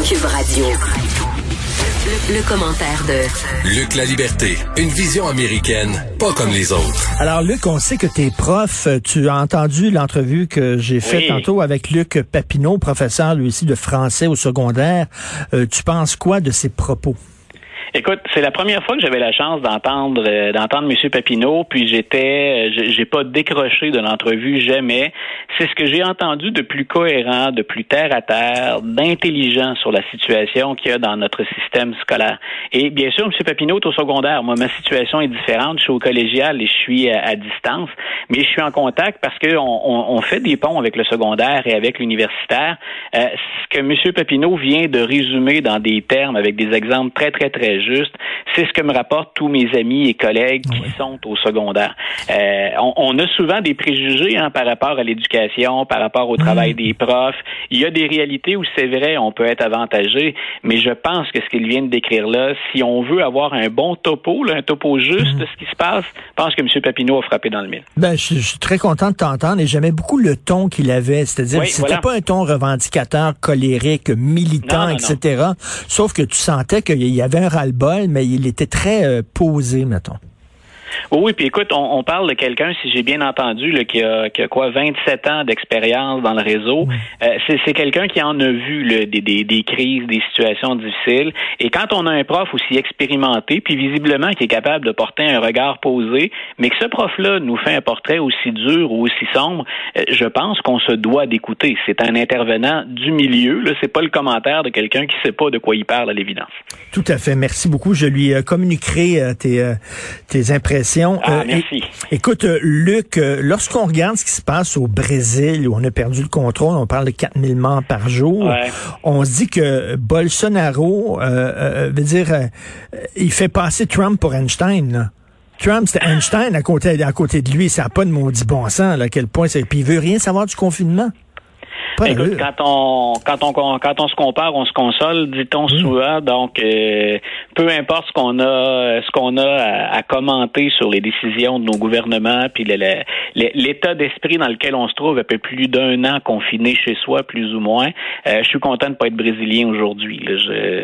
Cube Radio. Le commentaire de Luc Laliberté, une vision américaine, pas comme les autres. Alors Luc, on sait que t'es prof. Tu as entendu l'entrevue que j'ai faite tantôt avec Luc Papineau, professeur lui aussi de français au secondaire. Tu penses quoi de ses propos? Écoute, c'est la première fois que j'avais la chance d'entendre M. Papineau, puis j'ai pas décroché de l'entrevue jamais. C'est ce que j'ai entendu de plus cohérent, de plus terre à terre, d'intelligent sur la situation qu'il y a dans notre système scolaire. Et bien sûr, M. Papineau est au secondaire. Moi, ma situation est différente. Je suis au collégial et je suis à distance, mais je suis en contact parce que on fait des ponts avec le secondaire et avec l'universitaire. Ce que M. Papineau vient de résumer dans des termes avec des exemples très, très, très juste, c'est ce que me rapportent tous mes amis et collègues qui sont au secondaire. On a souvent des préjugés par rapport à l'éducation, par rapport au travail des profs. Il y a des réalités où c'est vrai, on peut être avantagé, mais je pense que ce qu'il vient de décrire là, si on veut avoir un bon topo, un topo juste de ce qui se passe, je pense que M. Papineau a frappé dans le mille. Ben, je suis très content de t'entendre et j'aimais beaucoup le ton qu'il avait, c'est-à-dire c'était pas un ton revendicateur, colérique, militant, etc. Sauf que tu sentais qu'il y avait un ras-le-bol, mais il était très posé, mettons. Oui, puis écoute, on parle de quelqu'un, si j'ai bien entendu, là, qui a 27 ans d'expérience dans le réseau. C'est quelqu'un qui en a vu des crises, des situations difficiles. Et quand on a un prof aussi expérimenté, puis visiblement qui est capable de porter un regard posé, mais que ce prof-là nous fait un portrait aussi dur ou aussi sombre, je pense qu'on se doit d'écouter. C'est un intervenant du milieu, là, c'est pas le commentaire de quelqu'un qui sait pas de quoi il parle à l'évidence. Tout à fait, merci beaucoup. Je lui communiquerai tes impressions. Merci. Écoute, Luc, lorsqu'on regarde ce qui se passe au Brésil, où on a perdu le contrôle, on parle de 4000 morts par jour, on se dit que Bolsonaro il fait passer Trump pour Einstein, là. Trump, c'était Einstein à côté de lui. Ça n'a pas de maudit bon sens, là, à quel point c'est. Puis il veut rien savoir du confinement. Écoute, quand on se compare, on se console, dit-on souvent. Donc, peu importe ce qu'on a à commenter sur les décisions de nos gouvernements, puis l'état d'esprit dans lequel on se trouve, un peu plus d'1 an confiné chez soi, plus ou moins. Je suis content de pas être brésilien aujourd'hui. Là.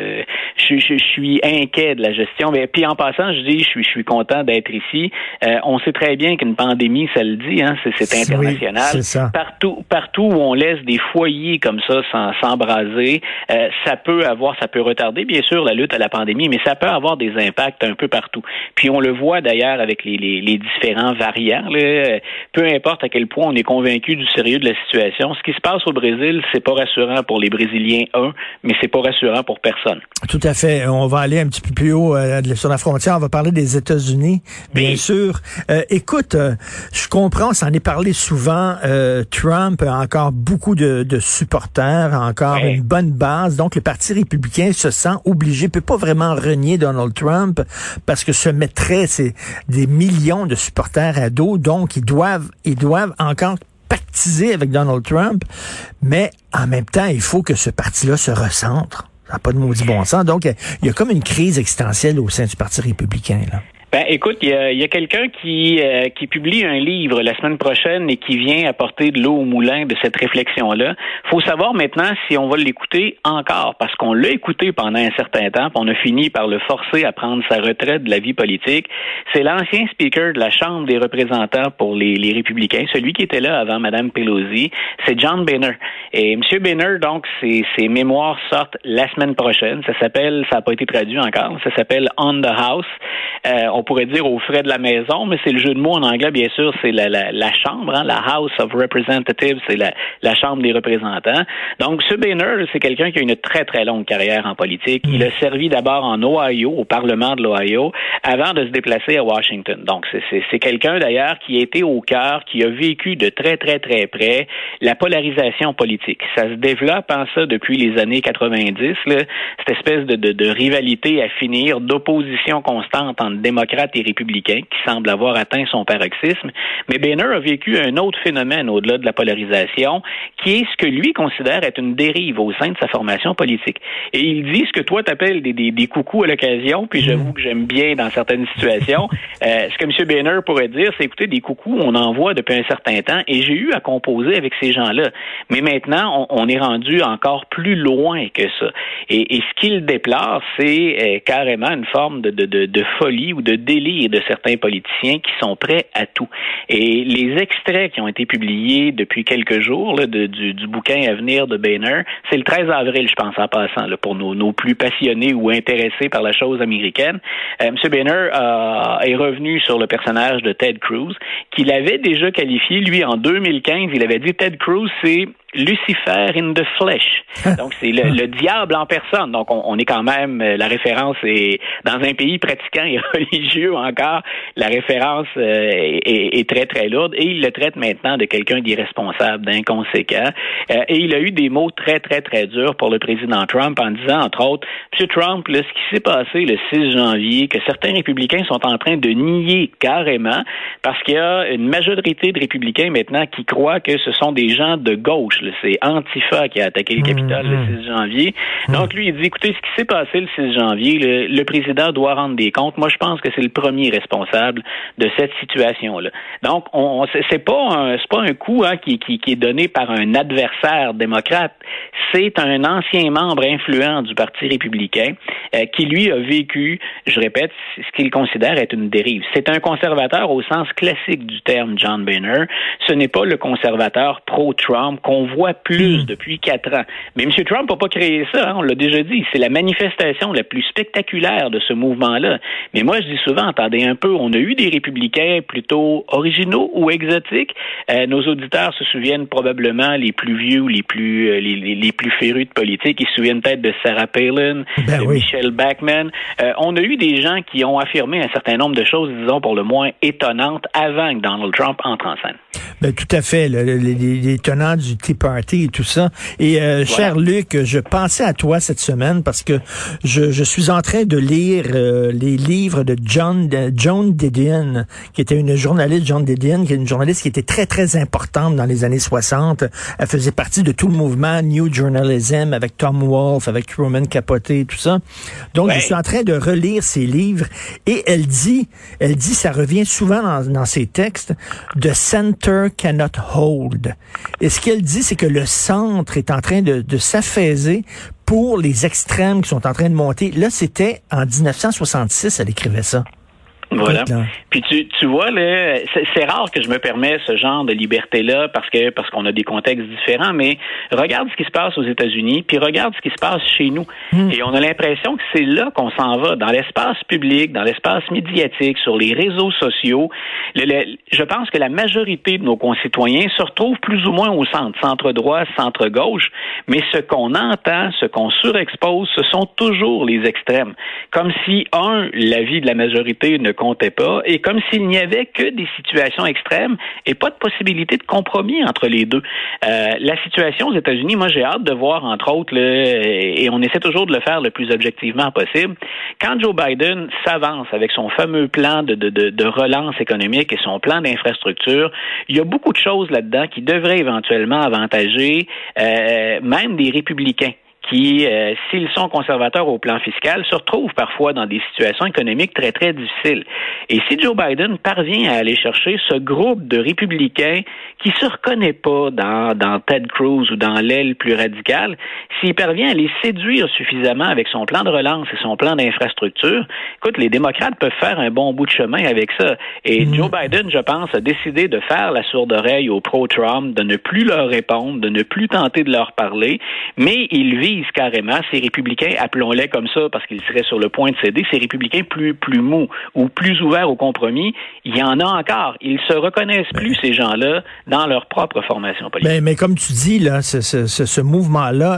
Je suis inquiet de la gestion. Mais puis en passant, je suis content d'être ici. On sait très bien qu'une pandémie, ça le dit, c'est international. Oui, c'est ça. Partout où on laisse des foyers comme ça s'embraser, ça peut retarder bien sûr la lutte à la pandémie, mais ça peut avoir des impacts un peu partout. Puis on le voit d'ailleurs avec les différents variants, là, peu importe à quel point on est convaincu du sérieux de la situation. Ce qui se passe au Brésil, c'est pas rassurant pour les Brésiliens, mais c'est pas rassurant pour personne. Tout à fait. On va aller un petit peu plus haut sur la frontière. On va parler des États-Unis, bien sûr. Écoute, je comprends, on s'en est parlé souvent. Trump a encore beaucoup de supporters, encore une bonne base. Donc, le Parti républicain se sent obligé, peut pas vraiment renier Donald Trump parce que se mettraient des millions de supporters à dos. Donc, ils doivent encore pactiser avec Donald Trump. Mais en même temps, il faut que ce parti-là se recentre. Ça n'a pas de maudit bon sens. Donc, il y a comme une crise existentielle au sein du Parti républicain, là. Ben, écoute, il y a quelqu'un qui publie un livre la semaine prochaine et qui vient apporter de l'eau au moulin de cette réflexion-là. Faut savoir maintenant si on va l'écouter encore, parce qu'on l'a écouté pendant un certain temps, puis on a fini par le forcer à prendre sa retraite de la vie politique. C'est l'ancien speaker de la Chambre des représentants pour les républicains, celui qui était là avant Mme Pelosi, c'est John Boehner. Et M. Boehner, donc, ses mémoires sortent la semaine prochaine. Ça n'a pas été traduit encore, ça s'appelle On the House. On pourrait dire aux frais de la maison, mais c'est le jeu de mots en anglais, bien sûr, c'est la Chambre, la House of Representatives, c'est la Chambre des représentants. Donc, ce Boehner, c'est quelqu'un qui a une très, très longue carrière en politique. Il a servi d'abord en Ohio, au Parlement de l'Ohio, avant de se déplacer à Washington. Donc, c'est quelqu'un, d'ailleurs, qui a été au cœur, qui a vécu de très, très, très près la polarisation politique. Ça se développe en ça depuis les années 90, là, cette espèce de rivalité à finir, d'opposition constante entre démocrates démocrates et républicains qui semble avoir atteint son paroxysme. Mais Boehner a vécu un autre phénomène au-delà de la polarisation, qui est ce que lui considère être une dérive au sein de sa formation politique. Et il dit ce que toi t'appelles des coucous à l'occasion, puis j'avoue que j'aime bien dans certaines situations. Ce que M. Boehner pourrait dire, c'est écoutez, des coucous, on en voit depuis un certain temps, et j'ai eu à composer avec ces gens-là. Mais maintenant, on est rendu encore plus loin que ça. Et ce qu'il déplore, c'est carrément une forme de folie ou de délire de certains politiciens qui sont prêts à tout. Et les extraits qui ont été publiés depuis quelques jours là, du bouquin à venir de Boehner, c'est le 13 avril, je pense, en passant, là, pour nos plus passionnés ou intéressés par la chose américaine. M. Boehner est revenu sur le personnage de Ted Cruz, qu'il avait déjà qualifié, lui, en 2015. Il avait dit Ted Cruz, c'est Lucifer in the flesh. Donc, c'est le diable en personne. Donc, on est quand même, la référence est, dans un pays pratiquant et religieux encore, la référence est très, très lourde. Et il le traite maintenant de quelqu'un d'irresponsable, d'inconséquent. Et il a eu des mots très, très, très durs pour le président Trump en disant, entre autres, M. Trump, là, ce qui s'est passé le 6 janvier, que certains républicains sont en train de nier carrément, parce qu'il y a une majorité de républicains maintenant qui croient que ce sont des gens de gauche. C'est Antifa qui a attaqué le Capitole le 6 janvier. Donc, lui, il dit, écoutez, ce qui s'est passé le 6 janvier, le président doit rendre des comptes. Moi, je pense que c'est le premier responsable de cette situation-là. Donc, c'est pas un coup qui est donné par un adversaire démocrate. C'est un ancien membre influent du Parti républicain qui, lui, a vécu, je répète, ce qu'il considère être une dérive. C'est un conservateur au sens classique du terme, John Boehner. Ce n'est pas le conservateur pro-Trump qu'on voit plus depuis 4 ans. Mais M. Trump n'a pas créé ça, on l'a déjà dit. C'est la manifestation la plus spectaculaire de ce mouvement-là. Mais moi, je dis souvent, attendez un peu, on a eu des républicains plutôt originaux ou exotiques. Nos auditeurs se souviennent probablement, les plus vieux ou les plus férus de politique, ils se souviennent peut-être de Sarah Palin, Michelle Bachmann. On a eu des gens qui ont affirmé un certain nombre de choses, disons, pour le moins étonnantes avant que Donald Trump entre en scène. Ben, tout à fait, les tenants du Tea Party et tout ça. Et cher Luc, je pensais à toi cette semaine parce que je suis en train de lire les livres de Joan Didion, qui était une journaliste, Joan Didion, qui est une journaliste qui était très, très importante dans les années 60. Elle faisait partie de tout le mouvement New Journalism avec Tom Wolfe, avec Truman Capote et tout ça. Donc, je suis en train de relire ses livres et elle dit, ça revient souvent dans ses textes, The Center cannot hold. Et ce qu'elle dit, c'est que le centre est en train de s'affaiser pour les extrêmes qui sont en train de monter. Là, c'était en 1966, elle écrivait ça. Voilà. Puis tu vois, là, c'est rare que je me permets ce genre de liberté-là parce qu'on a des contextes différents, mais regarde ce qui se passe aux États-Unis, puis regarde ce qui se passe chez nous. Et on a l'impression que c'est là qu'on s'en va, dans l'espace public, dans l'espace médiatique, sur les réseaux sociaux. Je pense que la majorité de nos concitoyens se retrouvent plus ou moins au centre-droit, centre-gauche, mais ce qu'on entend, ce qu'on surexpose, ce sont toujours les extrêmes. Comme si, l'avis de la majorité ne comptait pas, et comme s'il n'y avait que des situations extrêmes et pas de possibilité de compromis entre les deux. La situation aux États-Unis, moi j'ai hâte de voir, entre autres, et on essaie toujours de le faire le plus objectivement possible, quand Joe Biden s'avance avec son fameux plan de relance économique et son plan d'infrastructure, il y a beaucoup de choses là-dedans qui devraient éventuellement avantager même des républicains qui, s'ils sont conservateurs au plan fiscal, se retrouvent parfois dans des situations économiques très, très difficiles. Et si Joe Biden parvient à aller chercher ce groupe de républicains qui se reconnaît pas dans Ted Cruz ou dans l'aile plus radicale, s'il parvient à les séduire suffisamment avec son plan de relance et son plan d'infrastructure, écoute, les démocrates peuvent faire un bon bout de chemin avec ça. Et Joe Biden, je pense, a décidé de faire la sourde oreille aux pro-Trump, de ne plus leur répondre, de ne plus tenter de leur parler, mais il vise carrément ces républicains, appelons-les comme ça parce qu'ils seraient sur le point de céder, ces républicains plus mous ou plus ouverts au compromis, il y en a encore. Ils se reconnaissent plus, ces gens-là, dans leur propre formation politique. Mais comme tu dis, là, ce mouvement-là,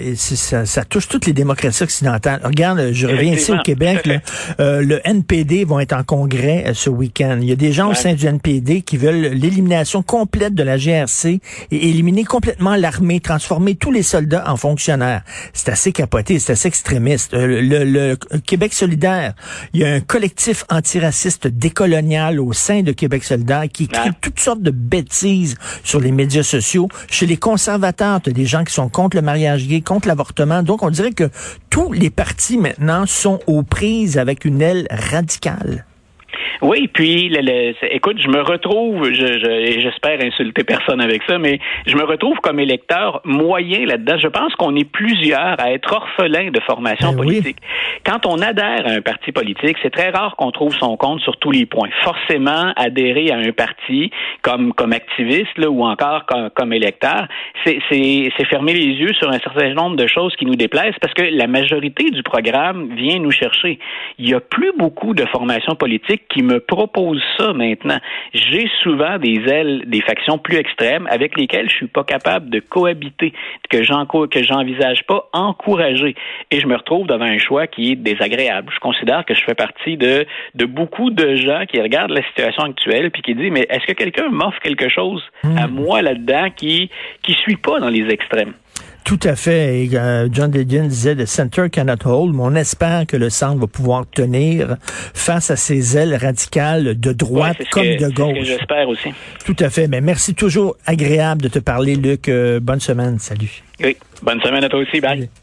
ça touche toutes les démocraties occidentales. Regarde, je reviens ici au Québec, là, le NPD vont être en congrès ce week-end. Il y a des gens au sein du NPD qui veulent l'élimination complète de la GRC et éliminer complètement l'armée, transformer tous les soldats en fonctionnaires. c'est assez capoté, c'est assez extrémiste. Le Québec solidaire, il y a un collectif antiraciste décolonial au sein de Québec solidaire qui écrit toutes sortes de bêtises sur les médias sociaux. Chez les conservateurs, t'as des gens qui sont contre le mariage gay, contre l'avortement. Donc, on dirait que tous les partis maintenant sont aux prises avec une aile radicale. Oui, puis écoute, je me retrouve, et j'espère insulter personne avec ça, mais je me retrouve comme électeur moyen là-dedans. Je pense qu'on est plusieurs à être orphelins de formation politique. Oui. Quand on adhère à un parti politique, c'est très rare qu'on trouve son compte sur tous les points. Forcément, adhérer à un parti comme activiste là, ou encore comme électeur, c'est fermer les yeux sur un certain nombre de choses qui nous déplaisent parce que la majorité du programme vient nous chercher. Il y a plus beaucoup de formation politique qui me propose ça maintenant. J'ai souvent des ailes, des factions plus extrêmes avec lesquelles je suis pas capable de cohabiter, que j'envisage pas encourager. Et je me retrouve devant un choix qui est désagréable. Je considère que je fais partie de beaucoup de gens qui regardent la situation actuelle puis qui disent, mais est-ce que quelqu'un m'offre quelque chose à moi là-dedans qui suit pas dans les extrêmes? Tout à fait. Et, John Didion disait « The center cannot hold », mais on espère que le centre va pouvoir tenir face à ces ailes radicales de droite comme de gauche. C'est ce que j'espère aussi. Tout à fait. Mais merci, toujours agréable de te parler, Luc. Bonne semaine. Salut. Oui, bonne semaine à toi aussi. Bye. Salut.